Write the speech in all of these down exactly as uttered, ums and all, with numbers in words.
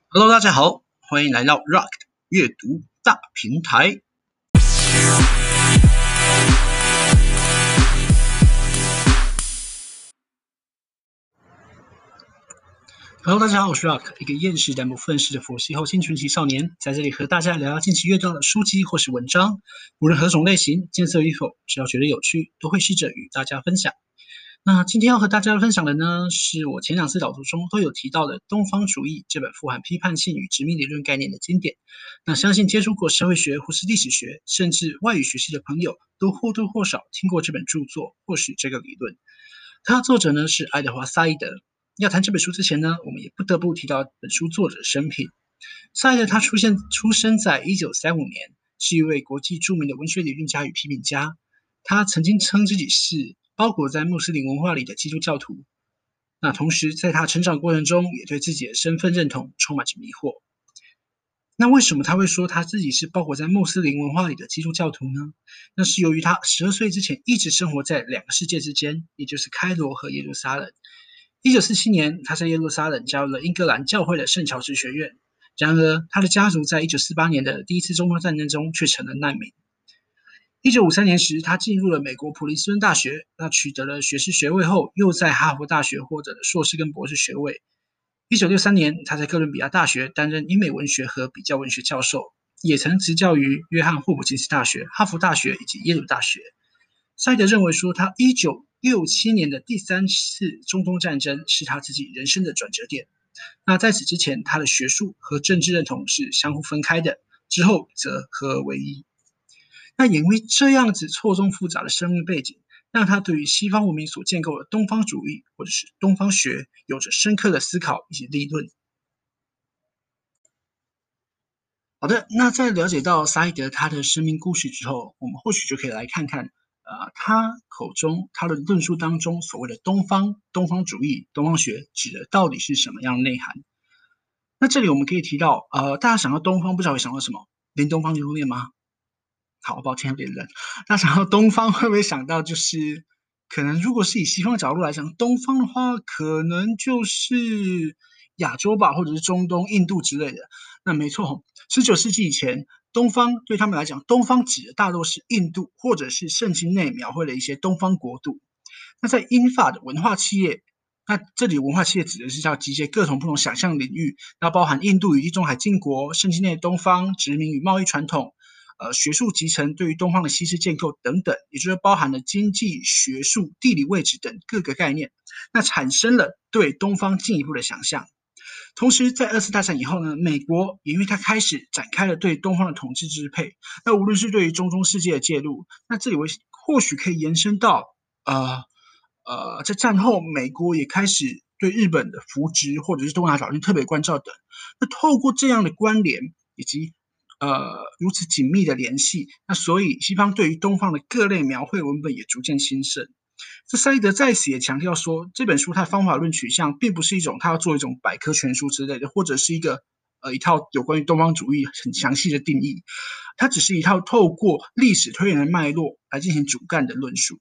Hello， 大家好，欢迎来到 Rock 的阅读大平台。Hello， 大家好，我是 Rock， 一个厌世但不愤世的佛系后青春期少年，在这里和大家聊聊近期阅读的书籍或是文章，无论何种类型、见色与否，只要觉得有趣，都会试着与大家分享。那今天要和大家分享的呢，是我前两次导读中都有提到的《东方主义》这本富含批判性与殖民理论概念的经典。那相信接触过社会学或是历史学，甚至外语学系的朋友，都或多或少听过这本著作或是这个理论。它的作者呢是爱德华·萨义德。要谈这本书之前呢，我们也不得不提到本书作者的生平。萨义德他出现出生在一九三五年，是一位国际著名的文学理论家与批评家。他曾经称自己是包裹在穆斯林文化里的基督教徒。那同时在他成长过程中，也对自己的身份认同充满着迷惑。那为什么他会说他自己是包裹在穆斯林文化里的基督教徒呢？那是由于他十二岁之前一直生活在两个世界之间，也就是开罗和耶路撒冷。一九四七年，他在耶路撒冷加入了英格兰教会的圣乔治学院。然而，他的家族在一九四八年的第一次中东战争中却成了难民。一九五三年时，他进入了美国普林斯顿大学，那取得了学士学位后，又在哈佛大学获得了硕士跟博士学位。一九六三年，他在哥伦比亚大学担任英美文学和比较文学教授，也曾执教于约翰霍普金斯大学、哈佛大学以及耶鲁大学。塞德认为说，他一九六七年的第三次中东战争是他自己人生的转折点。那在此之前，他的学术和政治认同是相互分开的，之后则合而为一。那也因为这样子错综复杂的生命背景，让他对于西方文明所建构的东方主义或者是东方学有着深刻的思考以及立论。好的，那在了解到萨义德他的生命故事之后，我们或许就可以来看看呃，他口中他的论述当中所谓的东方东方主义东方学指的到底是什么样的内涵。那这里我们可以提到呃，大家想到东方不知道会想到什么？林东方牛肉面吗？好，抱歉有点冷。那想到东方会不会想到就是可能如果是以西方的角度来讲，东方的话可能就是亚洲吧，或者是中东印度之类的。那没错，十九世纪以前东方对他们来讲，东方指的大多是印度或者是圣经内描绘的一些东方国度。那在英法的文化企业，那这里文化企业指的是要集结各种不同想象领域，那包含印度与地中海近国、圣经内的东方、殖民与贸易传统、呃，学术集成对于东方的西式建构等等，也就是包含了经济、学术、地理位置等各个概念，那产生了对东方进一步的想象。同时，在二次大战以后呢，美国也因为它开始展开了对东方的统治支配，那无论是对于中东世界的介入，那这里或许可以延伸到呃呃，在战后美国也开始对日本的扶植或者是东亚岛链特别关照等。那透过这样的关联以及呃，如此紧密的联系，那所以西方对于东方的各类描绘文本也逐渐兴盛。这萨义德在此也强调说，这本书它的方法论取向并不是一种他要做一种百科全书之类的，或者是一个呃一套有关于东方主义很详细的定义，它只是一套透过历史推演的脉络来进行主干的论述。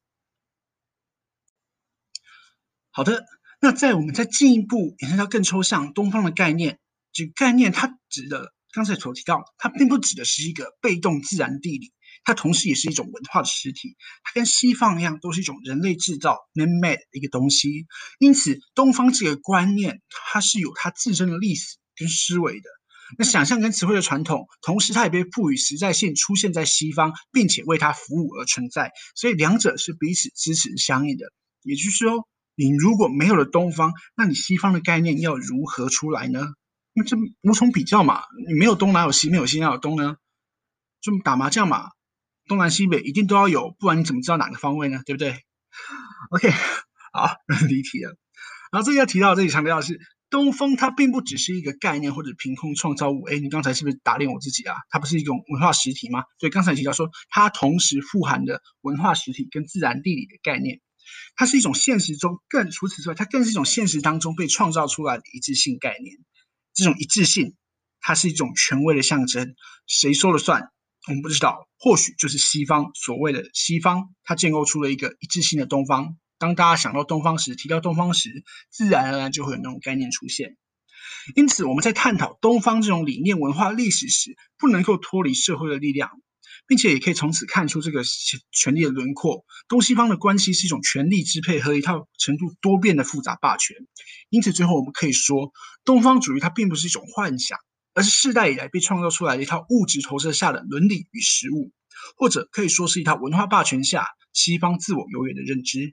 好的，那在我们再进一步延伸到更抽象东方的概念，这个概念它指的刚才所提到，它并不指的是一个被动自然地理，它同时也是一种文化的实体，它跟西方一样都是一种人类制造 man-made 的一个东西。因此东方这个观念它是有它自身的历史跟思维的，那想象跟词汇的传统，同时它也被赋予实在性，出现在西方并且为它服务而存在，所以两者是彼此支持相应的。也就是说，你如果没有了东方，那你西方的概念要如何出来呢？那这无从比较嘛，你没有东哪有西，没有西哪有东呢？就打麻将嘛，东南西北一定都要有，不然你怎么知道哪个方位呢？对不对 ？OK， 好，离题了。然后这里要提到，这里强调的是，东方它并不只是一个概念或者凭空创造物。哎，你刚才是不是打脸我自己啊？它不是一种文化实体吗？对，刚才提到说，它同时富含的文化实体跟自然地理的概念。它是一种现实中更除此之外，它更是一种现实当中被创造出来的一致性概念。这种一致性，它是一种权威的象征，谁说了算？我们不知道，或许就是西方所谓的西方，它建构出了一个一致性的东方。当大家想到东方时，提到东方时，自然而然就会有那种概念出现。 因此，我们在探讨东方这种理念文化历史时，不能够脱离社会的力量，并且也可以从此看出这个权力的轮廓。东西方的关系是一种权力支配和一套程度多变的复杂霸权。因此，最后我们可以说，东方主义它并不是一种幻想，而是世代以来被创造出来的一套物质投射下的伦理与实务，或者可以说是一套文化霸权下西方自我永远的认知。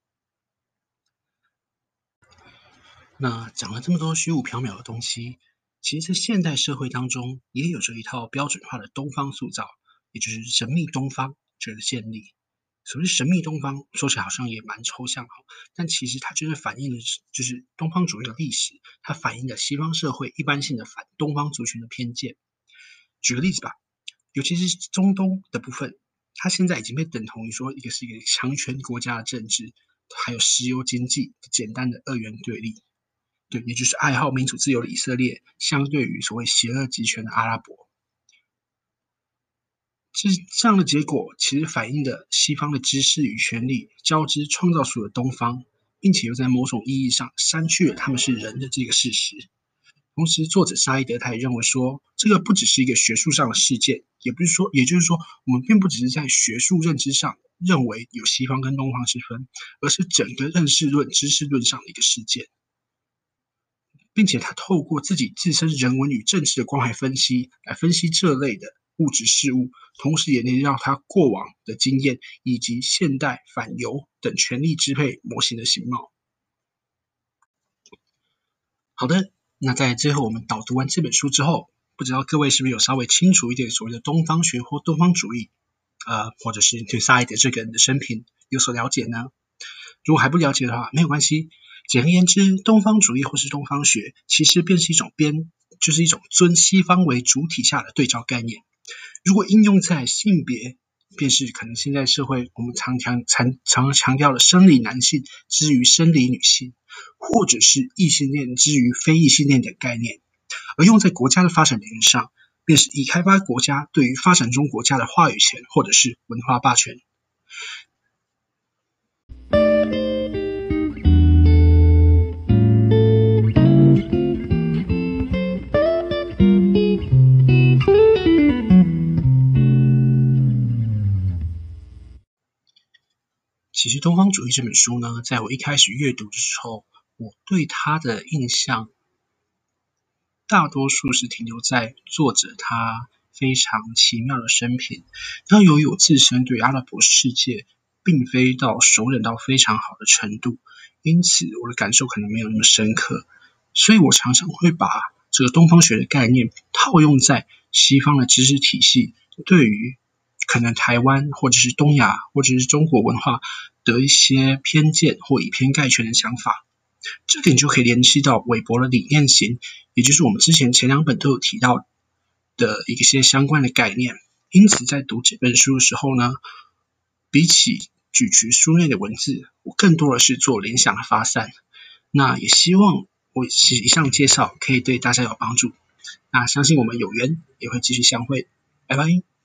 那讲了这么多虚无缥缈的东西，其实在现代社会当中也有着一套标准化的东方塑造，也就是神秘东方这个建立。所谓神秘东方，说起来好像也蛮抽象，但其实它就是反映的就是东方主义的历史，它反映了西方社会一般性的反东方族群的偏见。举个例子吧，尤其是中东的部分，它现在已经被等同于说一个是一个强权国家的政治，还有石油经济简单的二元对立。对，也就是爱好民主自由的以色列，相对于所谓邪恶集权的阿拉伯。这这样的结果，其实反映了西方的知识与权力交织创造出了东方，并且又在某种意义上删去了他们是人的这个事实。同时，作者沙伊德他也认为说，这个不只是一个学术上的事件，也不是说，也就是说，我们并不只是在学术认知上认为有西方跟东方之分，而是整个认识论、知识论上的一个事件。并且他透过自己自身人文与政治的关怀分析，来分析这类的物质事物，同时也能让他过往的经验以及现代反犹等权力支配模型的形貌。好的，那在最后我们导读完这本书之后，不知道各位是不是有稍微清楚一点所谓的东方学或东方主义，呃，或者是对沙伊德这个人的生平有所了解呢？如果还不了解的话，没有关系。简而言之，东方主义或是东方学，其实便是一种边，就是一种尊西方为主体下的对照概念。如果应用在性别，便是可能现在社会我们常强常常强调的生理男性之于生理女性，或者是异性恋之于非异性恋的概念。而用在国家的发展领域上，便是已开发国家对于发展中国家的话语权或者是文化霸权。其实《东方主义》这本书呢，在我一开始阅读的时候，我对它的印象大多数是停留在作者他非常奇妙的生平。然后由于我自身对阿拉伯世界并非到熟稔到非常好的程度，因此我的感受可能没有那么深刻，所以我常常会把这个东方学的概念套用在西方的知识体系对于可能台湾或者是东亚或者是中国文化的一些偏见或以偏概全的想法。这点就可以联系到韦伯的理念型，也就是我们之前前两本都有提到的一些相关的概念。因此在读这本书的时候呢，比起咀嚼书内的文字，我更多的是做联想的发散。那也希望我以上介绍可以对大家有帮助。那相信我们有缘也会继续相会，拜拜。